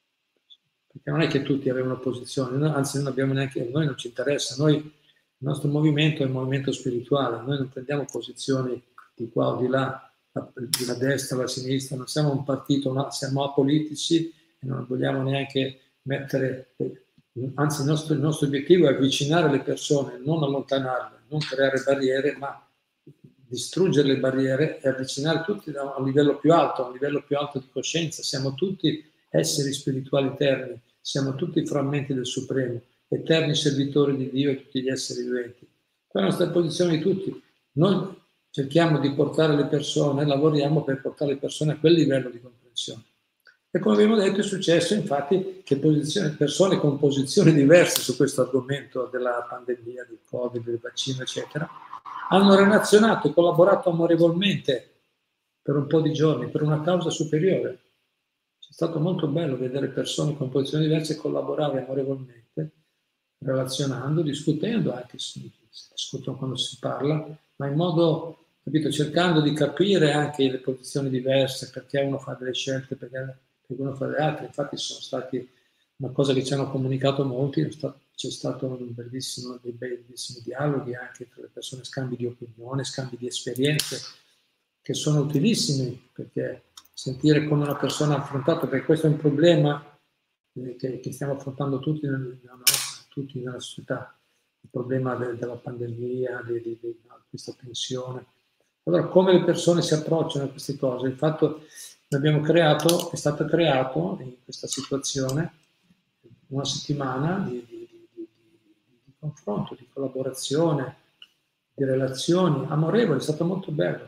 perché non è che tutti avevano posizioni, no? Anzi non abbiamo neanche, a noi non ci interessa, noi, il nostro movimento è un movimento spirituale, noi non prendiamo posizioni di qua o di là, la destra o la sinistra, non siamo un partito, no? Siamo apolitici e non vogliamo neanche mettere, anzi il nostro, il nostro obiettivo è avvicinare le persone, non allontanarle, non creare barriere, ma distruggere le barriere e avvicinare tutti a un livello più alto, a un livello più alto di coscienza. Siamo tutti esseri spirituali eterni, siamo tutti frammenti del Supremo, eterni servitori di Dio e tutti gli esseri viventi. Quella è la nostra posizione di tutti. Noi cerchiamo di portare le persone, lavoriamo per portare le persone a quel livello di comprensione. E come abbiamo detto è successo infatti che persone con posizioni diverse su questo argomento della pandemia, del Covid, del vaccino, eccetera, hanno relazionato e collaborato amorevolmente per un po' di giorni, per una causa superiore. È stato molto bello vedere persone con posizioni diverse collaborare amorevolmente, relazionando, discutendo, anche se discutono quando si parla, ma in modo, capito, cercando di capire anche le posizioni diverse, perché uno fa delle scelte, perché uno fa le altre. Infatti sono stati una cosa che ci hanno comunicato molti, c'è stato un bellissimo, dei bellissimi dialoghi anche tra le persone, scambi di opinione, scambi di esperienze, che sono utilissimi, perché sentire come una persona ha affrontato, perché questo è un problema che, che stiamo affrontando tutti, nel, no, tutti nella società, il problema de, della pandemia, di, di, di no, questa tensione. Allora, come le persone si approcciano a queste cose? Il fatto che abbiamo creato, è stato creato in questa situazione una settimana di, di, di, di, di confronto, di collaborazione, di relazioni amorevoli, è stato molto bello.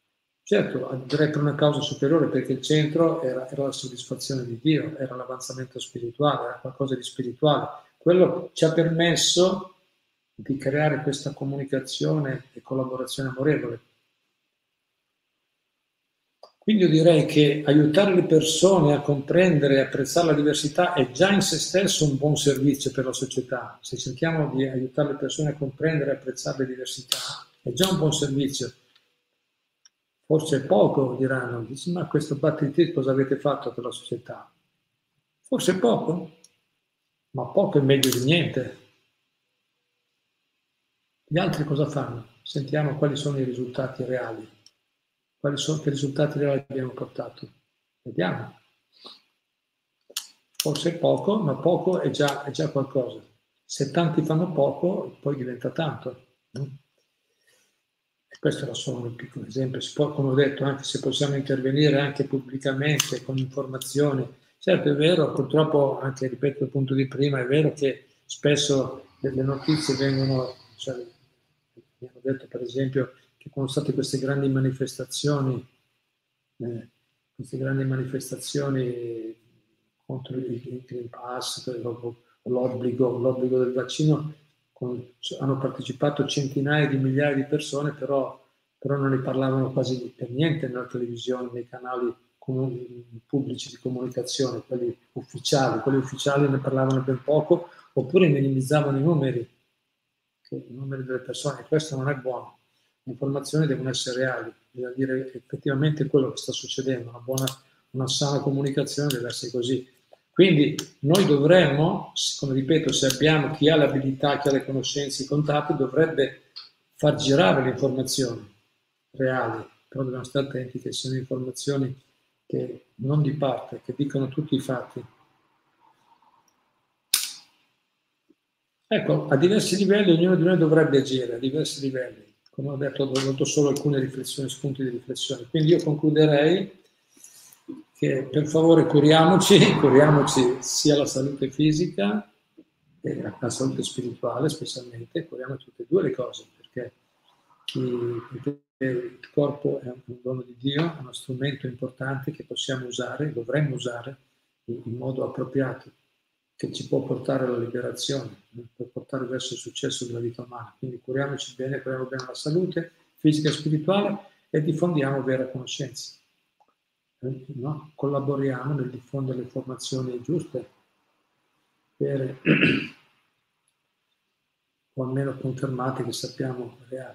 Certo, direi per una causa superiore, perché il centro era, era la soddisfazione di Dio, era l'avanzamento spirituale, era qualcosa di spirituale. Quello ci ha permesso di creare questa comunicazione e collaborazione amorevole. Quindi io direi che aiutare le persone a comprendere e apprezzare la diversità è già in se stesso un buon servizio per la società. Se cerchiamo di aiutare le persone a comprendere e apprezzare le diversità, è già un buon servizio. Forse è poco, diranno, dici, ma questo battito cosa avete fatto per la società? Forse è poco, ma poco è meglio di niente. Gli altri cosa fanno? Sentiamo quali sono i risultati reali. Quali sono, che risultati reali abbiamo portato? Vediamo. Forse è poco, ma poco è già, è già qualcosa. Se tanti fanno poco, poi diventa tanto. E questo era solo un piccolo esempio. Si può, come ho detto, anche se possiamo intervenire anche pubblicamente con informazioni. Certo, è vero, purtroppo, anche ripeto il punto di prima, è vero che spesso le notizie vengono, cioè, mi hanno detto per esempio che sono state queste grandi manifestazioni, eh, queste grandi manifestazioni contro il Green Pass, l'obbligo, l'obbligo del vaccino, con, hanno partecipato centinaia di migliaia di persone, però, però non ne parlavano quasi per niente nella televisione, nei canali pubblici di comunicazione, quelli ufficiali, quelli ufficiali ne parlavano ben poco, oppure minimizzavano i numeri, i numeri delle persone. Questo non è buono. Le informazioni devono essere reali, bisogna dire effettivamente quello che sta succedendo, una buona, una sana comunicazione deve essere così. Quindi noi dovremmo, come ripeto, se abbiamo chi ha l'abilità, chi ha le conoscenze, i contatti, dovrebbe far girare le informazioni reali, però dobbiamo stare attenti che siano informazioni che non di parte, che dicono tutti i fatti. Ecco, a diversi livelli ognuno di noi dovrebbe agire, a diversi livelli. Come ho detto, ho dato solo alcune riflessioni, spunti di riflessione. Quindi io concluderei che per favore curiamoci, curiamoci sia la salute fisica e la salute spirituale specialmente, curiamo tutte e due le cose, perché, chi, perché il corpo è un dono di Dio, è uno strumento importante che possiamo usare, dovremmo usare in, in modo appropriato, che ci può portare alla liberazione, può portare verso il successo della vita umana. Quindi curiamoci bene, curiamo bene la salute fisica e spirituale e diffondiamo vera conoscenza. No? Collaboriamo nel diffondere le informazioni giuste per, o almeno confermate che sappiamo reali.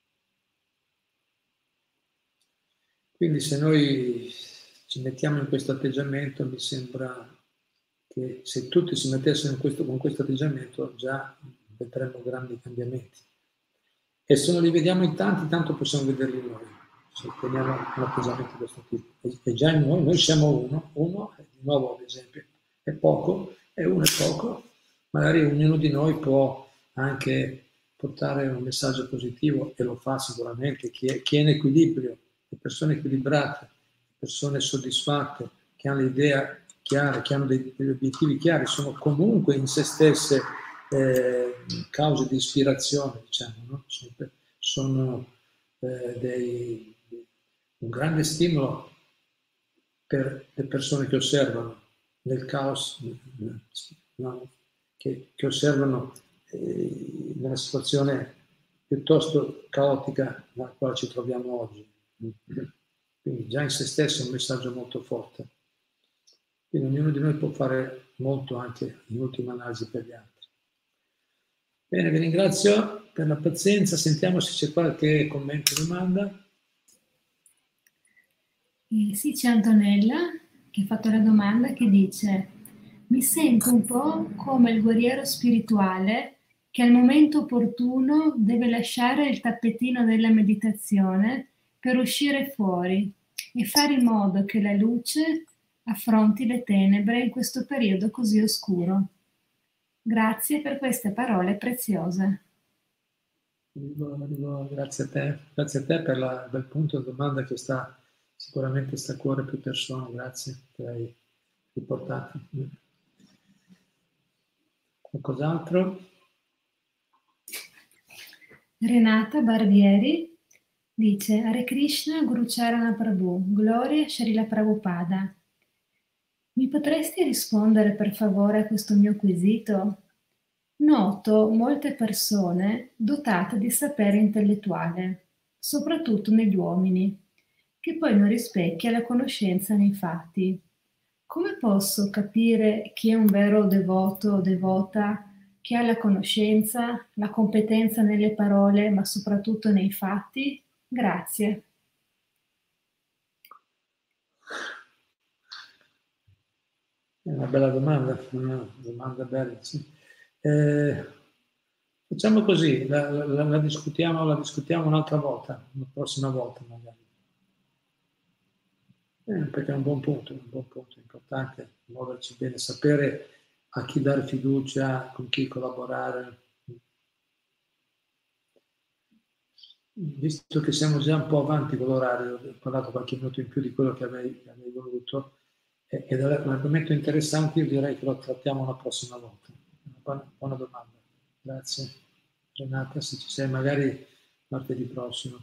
Quindi se noi ci mettiamo in questo atteggiamento, mi sembra che se tutti si mettessero in questo, con questo atteggiamento già vedremo grandi cambiamenti. E se non li vediamo in tanti, tanto possiamo vederli noi, se teniamo un atteggiamento di questo tipo. E, e già in noi, noi siamo uno, uno, di nuovo ad esempio, è poco, e uno è poco, magari ognuno di noi può anche portare un messaggio positivo, e lo fa sicuramente, chi è, chi è in equilibrio, le persone equilibrate, le persone soddisfatte, che hanno l'idea chiara, che hanno dei, degli obiettivi chiari, sono comunque in se stesse eh, cause di ispirazione, diciamo, no? Sono, sono eh, dei, un grande stimolo per le persone che osservano nel caos, no? che, che osservano eh, nella situazione piuttosto caotica nella quale ci troviamo oggi. Quindi già in se stesso è un messaggio molto forte. Quindi ognuno di noi può fare molto anche in ultima analisi per gli altri. Bene, vi ringrazio per la pazienza, sentiamo se c'è qualche commento o domanda. Eh, sì, c'è Antonella che ha fatto la domanda, che dice: mi sento un po' come il guerriero spirituale che al momento opportuno deve lasciare il tappetino della meditazione per uscire fuori e fare in modo che la luce affronti le tenebre in questo periodo così oscuro. Grazie per queste parole preziose. Grazie a te, grazie a te per la, quel punto di domanda che sta sicuramente sta a cuore più persone, grazie, che hai riportato. Qualcos'altro? Renata Barbieri dice: Hare Krishna Guru Charana Prabhu, gloria Srila Prabhupada. Mi potresti rispondere per favore a questo mio quesito? Noto molte persone dotate di sapere intellettuale, soprattutto negli uomini, che poi non rispecchia la conoscenza nei fatti. Come posso capire chi è un vero devoto o devota, chi ha la conoscenza, la competenza nelle parole, ma soprattutto nei fatti? Grazie. È una bella domanda, una domanda bella, sì. Eh, facciamo così, la, la, la, discutiamo, la discutiamo un'altra volta, una prossima volta magari. Eh, perché è un buon punto, è un buon punto, è importante muoverci bene, sapere a chi dare fiducia, con chi collaborare. Visto che siamo già un po' avanti con l'orario, ho parlato qualche minuto in più di quello che avrei, avrei voluto, ed è un argomento interessante, io direi che lo trattiamo la prossima volta. Una buona, buona domanda. Grazie. Renata, se ci sei magari martedì prossimo.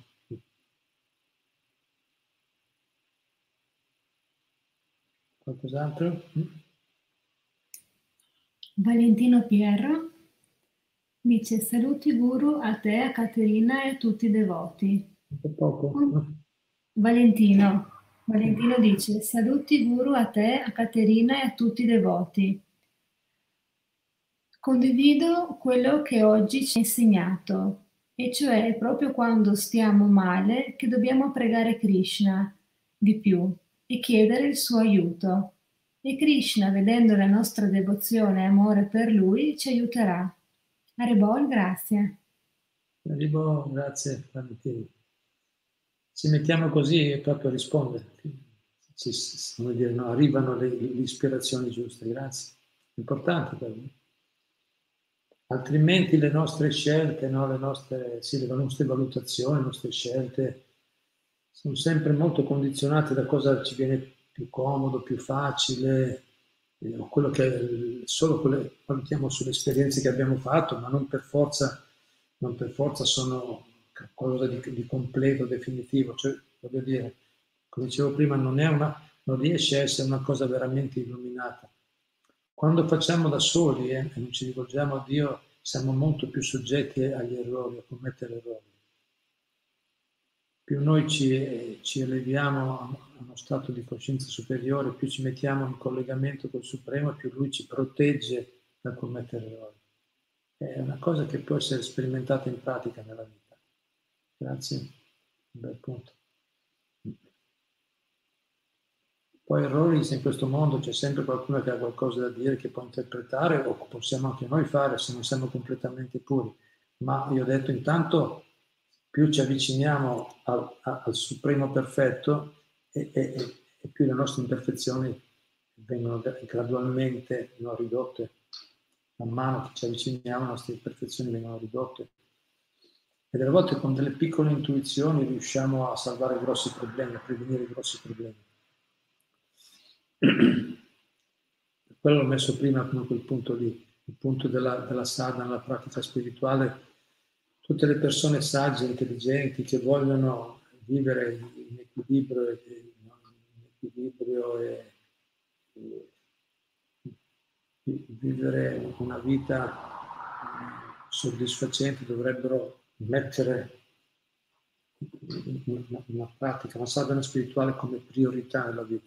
Qualcos'altro? Valentino Pierro dice saluti Guru a te, a Caterina e a tutti i devoti. Un poco. Un... Valentino. Valentino dice saluti Guru a te, a Caterina e a tutti i devoti. Condivido quello che oggi ci ha insegnato, e cioè proprio quando stiamo male che dobbiamo pregare Krishna di più e chiedere il suo aiuto. E Krishna, vedendo la nostra devozione e amore per lui, ci aiuterà. Haribol, grazie. Haribol, grazie Valentino. Ci mettiamo così e proprio risponde. Ci, come dire, no, arrivano le, le ispirazioni giuste, grazie. Importante per me. Altrimenti le nostre scelte, no, le, nostre, sì, le nostre valutazioni, le nostre scelte sono sempre molto condizionate da cosa ci viene più comodo, più facile, eh, o quello che solo quelle, valutiamo sulle esperienze che abbiamo fatto, ma non per forza, non per forza sono qualcosa di, di completo, definitivo. Cioè, voglio dire, come dicevo prima, non, è una, non riesce a essere una cosa veramente illuminata. Quando facciamo da soli eh, e non ci rivolgiamo a Dio, siamo molto più soggetti agli errori, a commettere errori. Più noi ci, ci eleviamo a uno stato di coscienza superiore, più ci mettiamo in collegamento col Supremo, più Lui ci protegge da commettere errori. È una cosa che può essere sperimentata in pratica nella vita. Grazie, un bel punto. Poi errori, se in questo mondo c'è sempre qualcuno che ha qualcosa da dire, che può interpretare, o possiamo anche noi fare se non siamo completamente puri. Ma io ho detto, intanto, più ci avviciniamo al, al Supremo Perfetto e, e, e più le nostre imperfezioni vengono gradualmente no, ridotte. Man mano che ci avviciniamo, le nostre imperfezioni vengono ridotte. E delle volte con delle piccole intuizioni riusciamo a salvare grossi problemi, a prevenire grossi problemi. Quello l'ho messo prima come quel punto lì, il punto della, della sadhana, la pratica spirituale. Tutte le persone sagge, intelligenti, che vogliono vivere in equilibrio, in equilibrio e, e vivere una vita soddisfacente, dovrebbero mettere una, una pratica, una sadhana spirituale come priorità nella vita.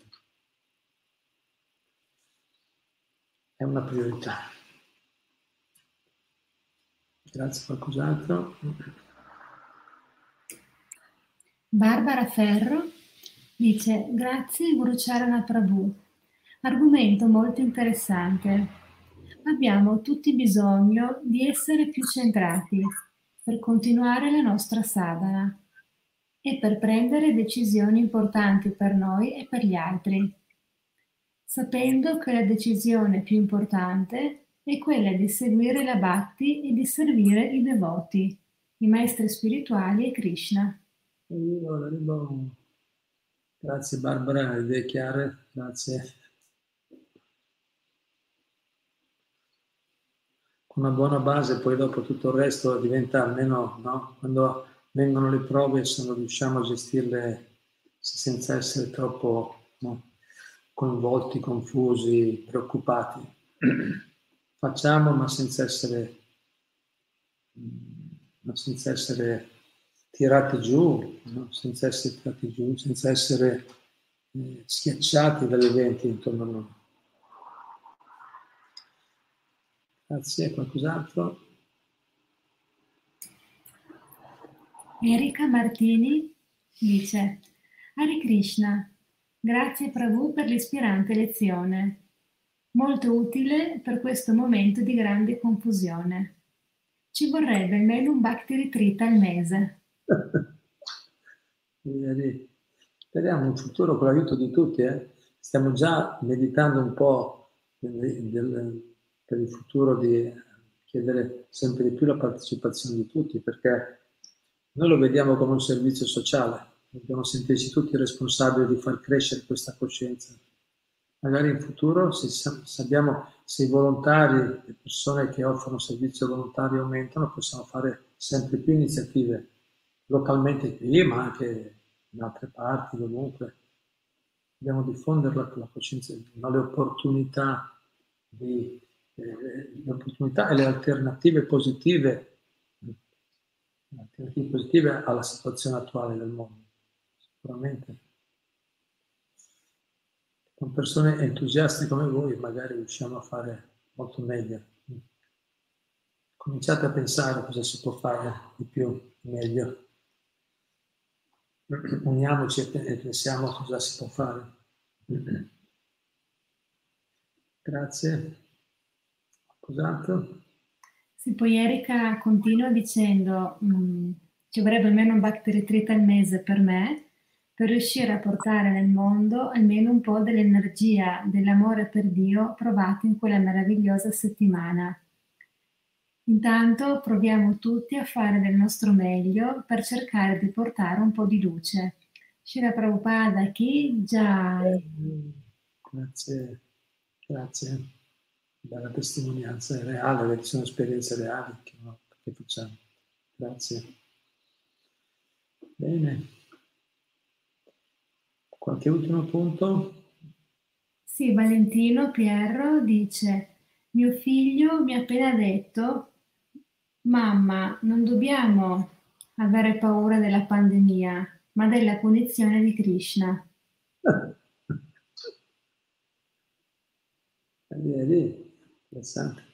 È una priorità. Grazie, qualcos'altro? Barbara Ferro dice grazie Guru Charana Prabhu. Argomento molto interessante. Abbiamo tutti bisogno di essere più centrati per continuare la nostra sadhana e per prendere decisioni importanti per noi e per gli altri, sapendo che la decisione più importante è quella di seguire la Bhakti e di servire i devoti, i maestri spirituali e Krishna. Grazie Barbara, idee chiare, grazie. Con una buona base poi dopo tutto il resto diventa almeno, no? Quando vengono le prove se non riusciamo a gestirle senza essere troppo no? coinvolti, confusi, preoccupati. Facciamo ma senza essere, ma senza essere tirati giù, no? senza essere tirati giù, senza essere eh, schiacciati dagli eventi intorno a noi. Grazie, qualcos'altro? Erika Martini dice Hare Krishna, grazie Prabhu per l'ispirante lezione, molto utile per questo momento di grande confusione. Ci vorrebbe almeno un Bhakti Retreat al mese. Speriamo in futuro con l'aiuto di tutti. Eh? Stiamo già meditando un po' del, del, per il futuro di chiedere sempre di più la partecipazione di tutti, perché noi lo vediamo come un servizio sociale, dobbiamo sentirci tutti responsabili di far crescere questa coscienza. Magari in futuro, se, se, abbiamo, se i volontari, le persone che offrono servizio volontario aumentano, possiamo fare sempre più iniziative, localmente qui, ma anche in altre parti, dovunque. Dobbiamo diffondere la, la coscienza, le opportunità di le opportunità e le alternative positive, le alternative positive alla situazione attuale del mondo, sicuramente. Con persone entusiaste come voi magari riusciamo a fare molto meglio. Cominciate a pensare cosa si può fare di più, meglio. Uniamoci e pensiamo cosa si può fare. Grazie. Cos'altro? Sì, poi Erika continua dicendo mh, ci vorrebbe almeno un Bhakti Retreat al mese per me, per riuscire a portare nel mondo almeno un po' dell'energia, dell'amore per Dio provato in quella meravigliosa settimana. Intanto proviamo tutti a fare del nostro meglio per cercare di portare un po' di luce. Srila Prabhupada Ki Jai. Grazie, grazie. Bella testimonianza, è reale, vedi, sono esperienze reali che, no, che facciamo. Grazie. Bene. Qualche ultimo punto? Sì, Valentino Pierro dice: mio figlio mi ha appena detto: mamma, non dobbiamo avere paura della pandemia, ma della punizione di Krishna. Vedi, interessante.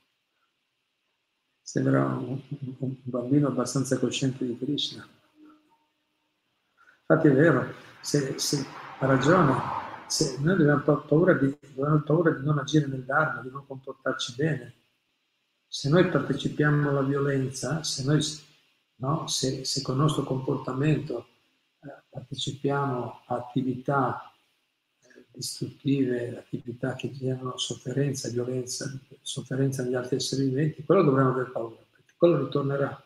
Sembra un, un bambino abbastanza cosciente di Krishna. Infatti è vero, se, se, ha ragione, se noi dobbiamo paura di, dobbiamo paura di non agire nel Dharma, di non comportarci bene. Se noi partecipiamo alla violenza, se, noi, no, se, se con il nostro comportamento eh, partecipiamo a attività eh, distruttive, attività che generano sofferenza, violenza, sofferenza negli altri esseri viventi, quello dovremmo avere paura, perché quello ritornerà.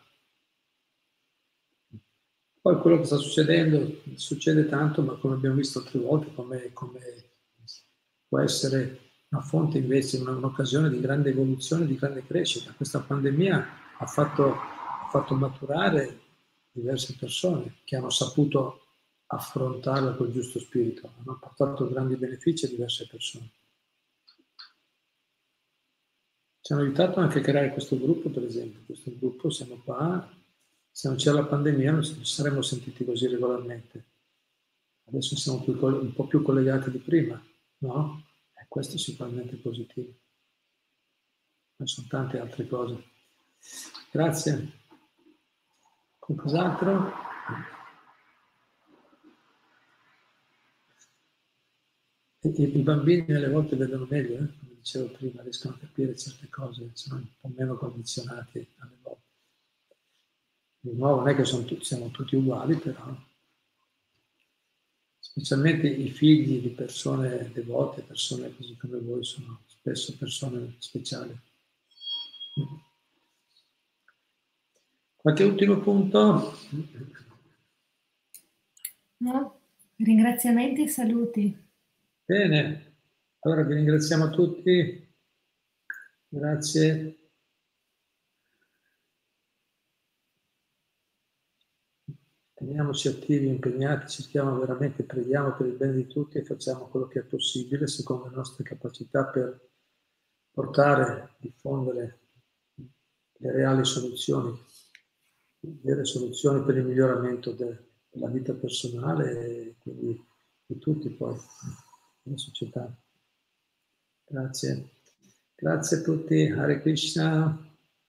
Poi quello che sta succedendo succede tanto, ma come abbiamo visto altre volte, come, come può essere una fonte invece, una, un'occasione di grande evoluzione, di grande crescita. Questa pandemia ha fatto, ha fatto maturare diverse persone che hanno saputo affrontarla col giusto spirito, hanno portato grandi benefici a diverse persone. Ci hanno aiutato anche a creare questo gruppo, per esempio. Questo gruppo, siamo qua, se non c'era la pandemia non ci saremmo sentiti così regolarmente. Adesso siamo più, un po' più collegati di prima, no? E questo è sicuramente positivo. Ma sono tante altre cose. Grazie. Qualcos'altro? E, e i bambini alle volte vedono meglio, eh? Come dicevo prima, riescono a capire certe cose, sono un po' meno condizionati alle volte. Di nuovo non è che sono tutti, siamo tutti uguali, però specialmente i figli di persone devote, persone così come voi, sono spesso persone speciali. Qualche ultimo punto? No? Ringraziamenti e saluti. Bene, allora vi ringraziamo tutti, grazie. Teniamoci attivi, impegnati, cerchiamo veramente, preghiamo per il bene di tutti e facciamo quello che è possibile secondo le nostre capacità per portare, diffondere le reali soluzioni, vere soluzioni per il miglioramento de, della vita personale e quindi di tutti poi, della società. Grazie. Grazie a tutti. Hare Krishna.